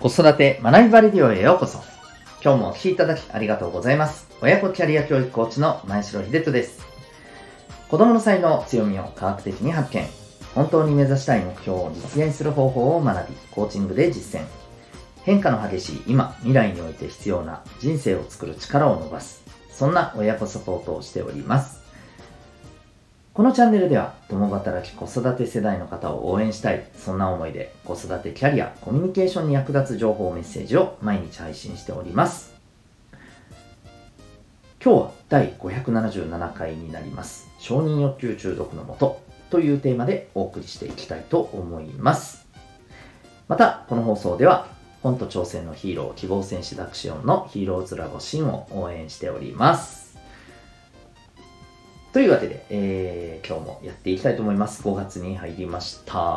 子育て学びバレディオへようこそ。今日もお聞きいただきありがとうございます。親子キャリア教育コーチの前城秀人です。子供の才能、強みを科学的に発見。本当に目指したい目標を実現する方法を学び、コーチングで実践。変化の激しい今、未来において必要な人生を作る力を伸ばす。そんな親子サポートをしております。このチャンネルでは共働き子育て世代の方を応援したい、そんな思いで子育てキャリア、コミュニケーションに役立つ情報メッセージを毎日配信しております。今日は第577回になります。承認欲求中毒のもとというテーマでお送りしていきたいと思います。またこの放送では本と挑戦のヒーロー、希望戦士ダクシオンのヒーローズラボシンを応援しております。というわけで、今日もやっていきたいと思います。5月に入りました。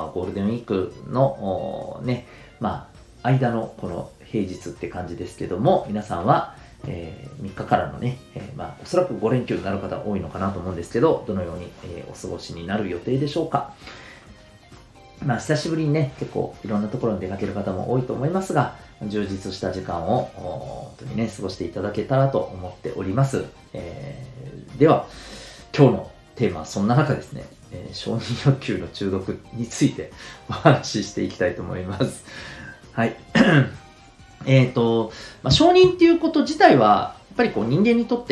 ゴールデンウィークの間のこの平日って感じですけども、皆さんは、3日からのね、おそらく5連休になる方多いのかなと思うんですけど、どのように、お過ごしになる予定でしょうか。久しぶりにね、結構いろんなところに出かける方も多いと思いますが、充実した時間を本当にね、過ごしていただけたらと思っております。では、今日のテーマはそんな中ですね、承認欲求の中毒についてお話ししていきたいと思います。はい。承認っていうこと自体は、やっぱりこう人間にとって、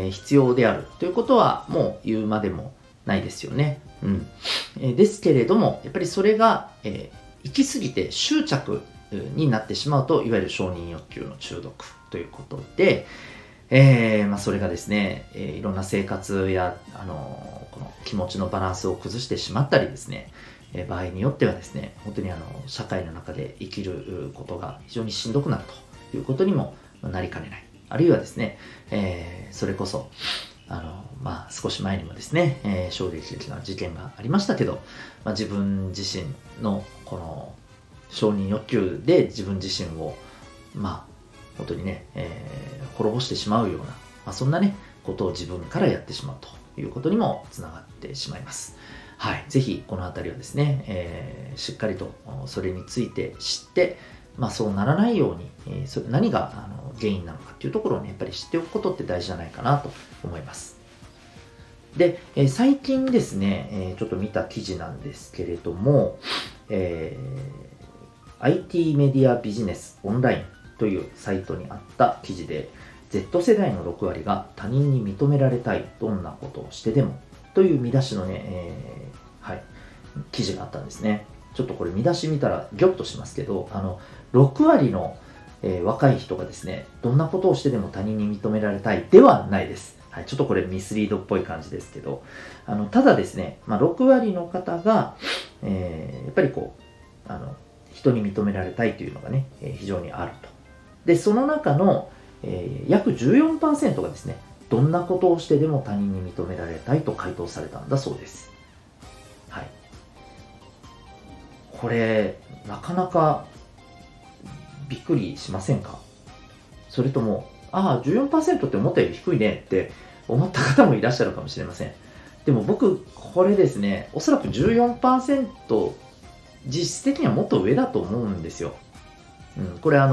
必要であるということはもう言うまでもないですよね。ですけれども、やっぱりそれが、行き過ぎて執着になってしまうと、いわゆる承認欲求の中毒ということで、それがですね、いろんな生活やこの気持ちのバランスを崩してしまったりですね、場合によってはですね、本当に社会の中で生きることが非常にしんどくなるということにもなりかねない。あるいはですね、それこそ少し前にもですね、衝撃的な事件がありましたけど、自分自身のこの承認欲求で自分自身を本当にね、滅ぼしてしまうような、そんなね、ことを自分からやってしまうということにもつながってしまいます。はい。ぜひ、このあたりはですね、しっかりとそれについて知って、そうならないように、それ何が原因なのかっていうところをね、やっぱり知っておくことって大事じゃないかなと思います。で、最近ですね、ちょっと見た記事なんですけれども、IT メディアビジネスオンラインというサイトにあった記事で、Z 世代の6割が他人に認められたい、どんなことをしてでもという見出しのね、記事があったんですね。ちょっとこれ見出し見たらギョッとしますけど、6割の、若い人がですね、どんなことをしてでも他人に認められたいではないです。はい、ちょっとこれミスリードっぽい感じですけど、ただですね、6割の方が、やっぱりこう、人に認められたいというのがね、非常にあると。で、その中の、約 14% がですね、どんなことをしてでも他人に認められたいと回答されたんだそうです。はい。これ、なかなかびっくりしませんか？それとも、14% って思ったより低いねって思った方もいらっしゃるかもしれません。でも僕、これですね、おそらく 14%、実質的にはもっと上だと思うんですよ。これ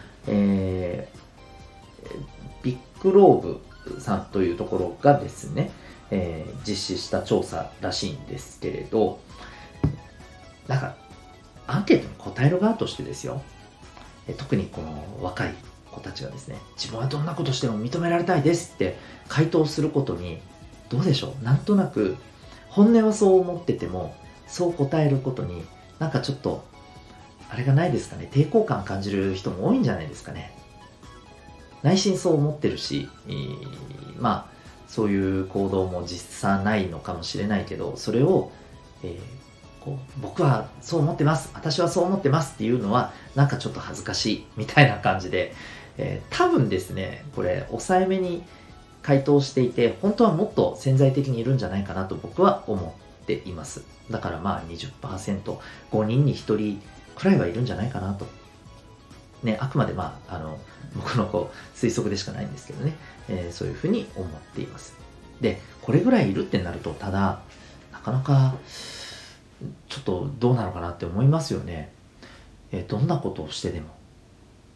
ビッグローブさんというところがですね、実施した調査らしいんですけれど、なんかアンケートに答える側としてですよ、特にこの若い子たちがですね、自分はどんなことしても認められたいですって回答することに、どうでしょう、なんとなく本音はそう思ってても、そう答えることになんかちょっとあれがないですかね、抵抗感感じる人も多いんじゃないですかね。内心そう思ってるし、そういう行動も実際ないのかもしれないけど、それを、僕はそう思ってます、私はそう思ってますっていうのはなんかちょっと恥ずかしいみたいな感じで、多分ですね、これ抑えめに回答していて、本当はもっと潜在的にいるんじゃないかなと僕は思っています。だから20%、5人に1人くらいはいるんじゃないかなと。ね、あくまで僕の推測でしかないんですけどね、そういうふうに思っています。で、これぐらいいるってなると、ただ、なかなか、ちょっとどうなのかなって思いますよね。どんなことをしてでも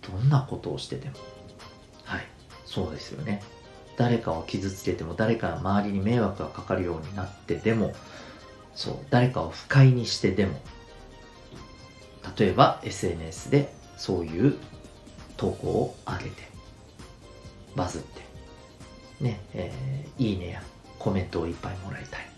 どんなことをしてても。はい。そうですよね。誰かを傷つけても、誰か周りに迷惑がかかるようになってでも、そう、誰かを不快にしてでも、例えば SNS でそういう投稿を上げて、バズって、ね、いいねやコメントをいっぱいもらいたい。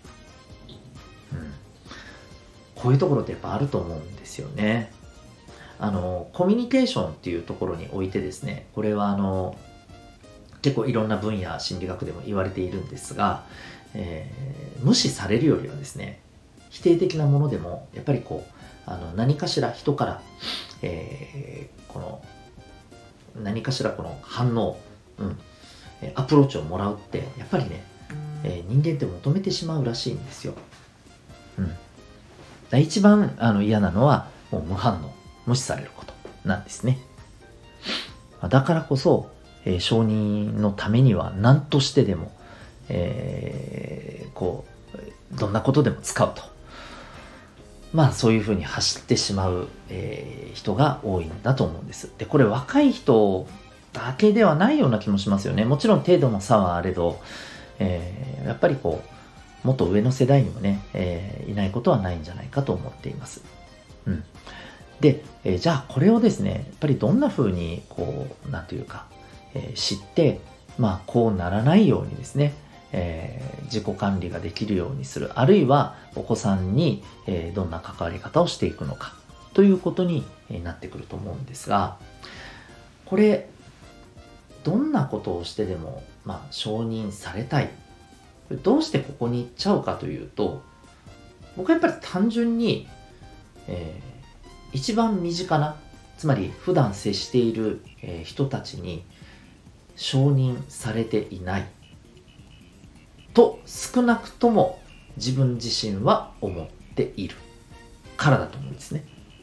こういうところってやっぱあると思うんですよね。コミュニケーションっていうところにおいてですね、これは結構いろんな分野、心理学でも言われているんですが、無視されるよりはですね、否定的なものでも、やっぱり何かしら人から、何かしらこの反応、アプローチをもらうって、やっぱりね、人間って求めてしまうらしいんですよ。一番嫌なのは、もう無反応、無視されることなんですね。だからこそ、承認のためには何としてでも、どんなことでも使うと。そういうふうに走ってしまう、人が多いんだと思うんです。で、これ若い人だけではないような気もしますよね。もちろん程度の差はあれど、やっぱりもっと上の世代にもね、いないことはないんじゃないかと思っています。で、じゃあこれをですね、やっぱりどんな風になんというか、知って、こうならないようにですね、自己管理ができるようにする、あるいはお子さんに、どんな関わり方をしていくのかということになってくると思うんですが、これどんなことをしてでも、承認されたい。どうしてここに行っちゃうかというと、僕はやっぱり単純に、一番身近な、つまり普段接している、人たちに承認されていないと少なくとも自分自身は思っているからだと思うんですね。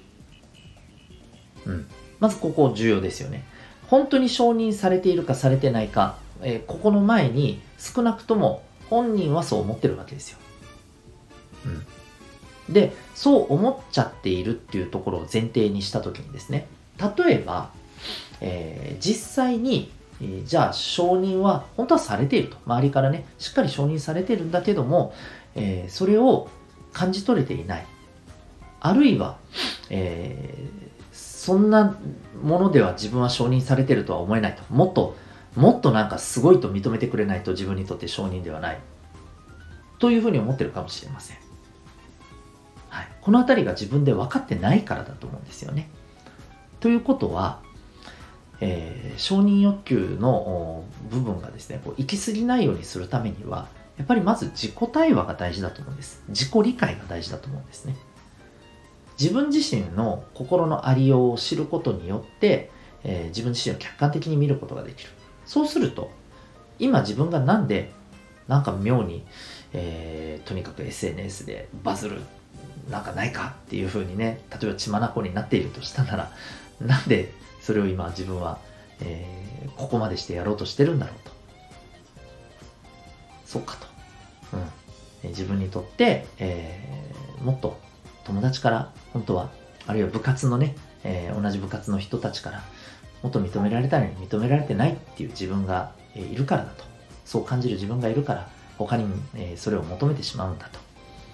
まずここ重要ですよね。本当に承認されているかされてないか、ここの前に少なくとも本人はそう思ってるわけですよ。で、そう思っちゃっているっていうところを前提にしたときにですね、例えば、実際に、じゃあ承認は本当はされていると。周りからね、しっかり承認されているんだけども、それを感じ取れていない。あるいは、そんなものでは自分は承認されているとは思えないと。もっとなんかすごいと認めてくれないと自分にとって承認ではない。というふうに思ってるかもしれません。このあたりが自分で分かってないからだと思うんですよね。ということは、承認欲求の部分がですね、行き過ぎないようにするためには、やっぱりまず自己対話が大事だと思うんです。自己理解が大事だと思うんですね。自分自身の心のありようを知ることによって、自分自身を客観的に見ることができる。そうすると、今自分がなんで、なんか妙に、とにかく SNS でバズる、なんかないかっていう風にね、例えば血眼になっているとしたなら、なんでそれを今自分は、ここまでしてやろうとしてるんだろうと。そうかと。自分にとって、もっと友達から本当は、あるいは部活のね、同じ部活の人たちからもっと認められたのに認められてないっていう自分がいるからだと。そう感じる自分がいるから他に、それを求めてしまうんだと。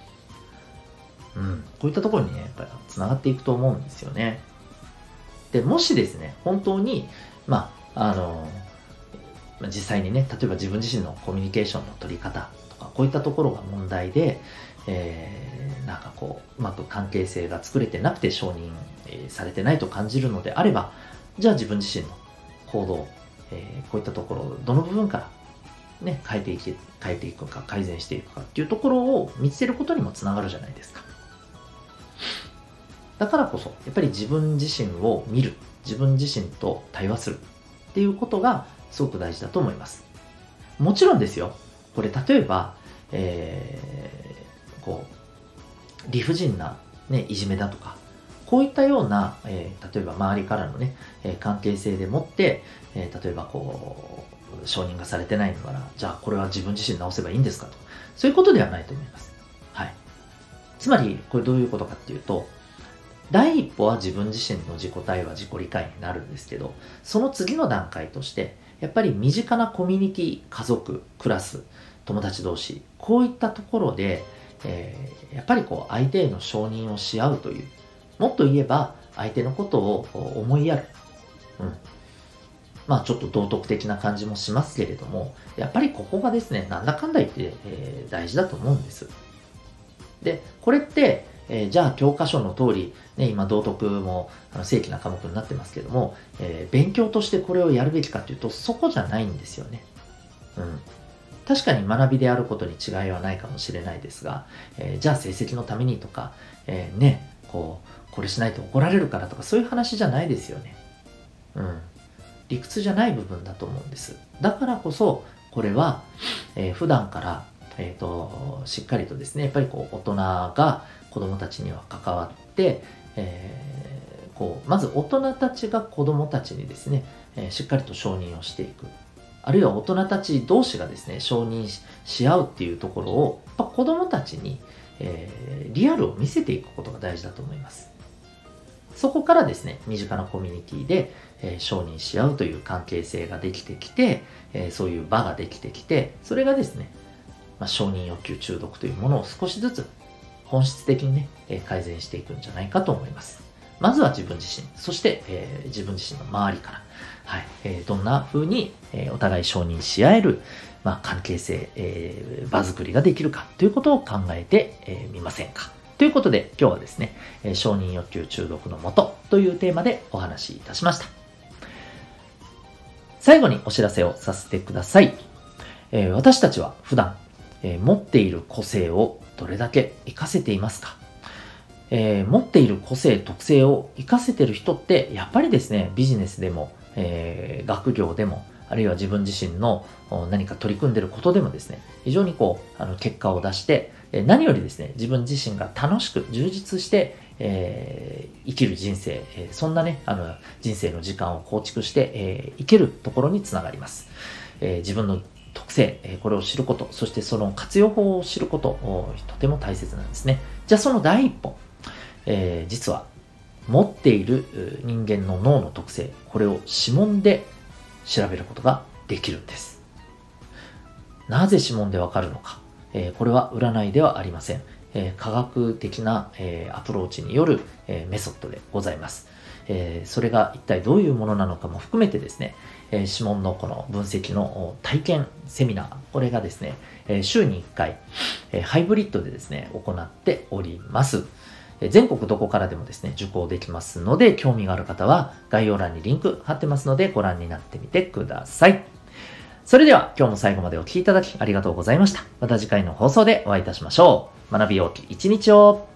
こういったところにね、やっぱり繋がっていくと思うんですよね。で、もしですね、本当に、実際にね、例えば自分自身のコミュニケーションの取り方とか、こういったところが問題で、うまく関係性が作れてなくて承認、されてないと感じるのであれば、じゃあ自分自身の行動、こういったところをどの部分からね、変えていくか、改善していくかっていうところを見つけることにもつながるじゃないですか。だからこそ、やっぱり自分自身を見る、自分自身と対話するっていうことがすごく大事だと思います。もちろんですよ、これ例えば、理不尽な、ね、いじめだとか、こういったような、例えば周りからのね、関係性でもって、例えば承認がされてないのなら、じゃあこれは自分自身直せばいいんですかと。そういうことではないと思います。はい。つまり、これどういうことかっていうと、 第一歩は自分自身の自己対話、自己理解になるんですけど、その次の段階として、やっぱり身近なコミュニティ、家族、クラス、友達同士、こういったところで、やっぱり相手への承認をし合うという、もっと言えば相手のことを思いやる。ちょっと道徳的な感じもしますけれども、やっぱりここがですね、なんだかんだ言って、大事だと思うんです。で、これって、じゃあ教科書の通り、ね、今道徳も正規な科目になってますけども、勉強としてこれをやるべきかというと、そこじゃないんですよね。確かに学びであることに違いはないかもしれないですが、じゃあ成績のためにとか、これしないと怒られるからとか、そういう話じゃないですよね。理屈じゃない部分だと思うんです。だからこそ、これは、普段から、しっかりとですね、やっぱり大人が子供たちには関わって、まず大人たちが子供たちにですね、しっかりと承認をしていく。あるいは大人たち同士がですね、承認し合うっていうところを、子供たちに、リアルを見せていくことが大事だと思います。そこからですね、身近なコミュニティで、承認し合うという関係性ができてきて、そういう場ができてきて、それがですね、承認欲求中毒というものを少しずつ本質的にね、改善していくんじゃないかと思います。まずは自分自身、そして、自分自身の周りから、どんな風に、お互い承認し合える、関係性、場作りができるかということを考えてみませんか。ということで今日はですね、承認欲求中毒のもとというテーマでお話しいたしました。最後にお知らせをさせてください。私たちは普段、持っている個性をどれだけ活かせていますか？持っている個性、特性を活かせている人って、やっぱりですね、ビジネスでも、学業でも、あるいは自分自身の何か取り組んでいることでもですね、非常に結果を出して、何よりですね、自分自身が楽しく充実して、生きる人生、そんなね、人生の時間を構築して、生けるところにつながります。自分の特性、これを知ること、そしてその活用法を知ること、とても大切なんですね。じゃあその第一歩、実は持っている人間の脳の特性、これを指紋で調べることができるんです。なぜ指紋でわかるのか、これは占いではありません。科学的な、アプローチによる、メソッドでございます。それが一体どういうものなのかも含めてですね、指紋のこの分析の体験セミナー、これがですね、週に1回、ハイブリッドでですね、行っております。全国どこからでもですね、受講できますので、興味がある方は概要欄にリンク貼ってますので、ご覧になってみてください。それでは今日も最後までお聞きいただきありがとうございました。また次回の放送でお会いいたしましょう。学びようき一日を。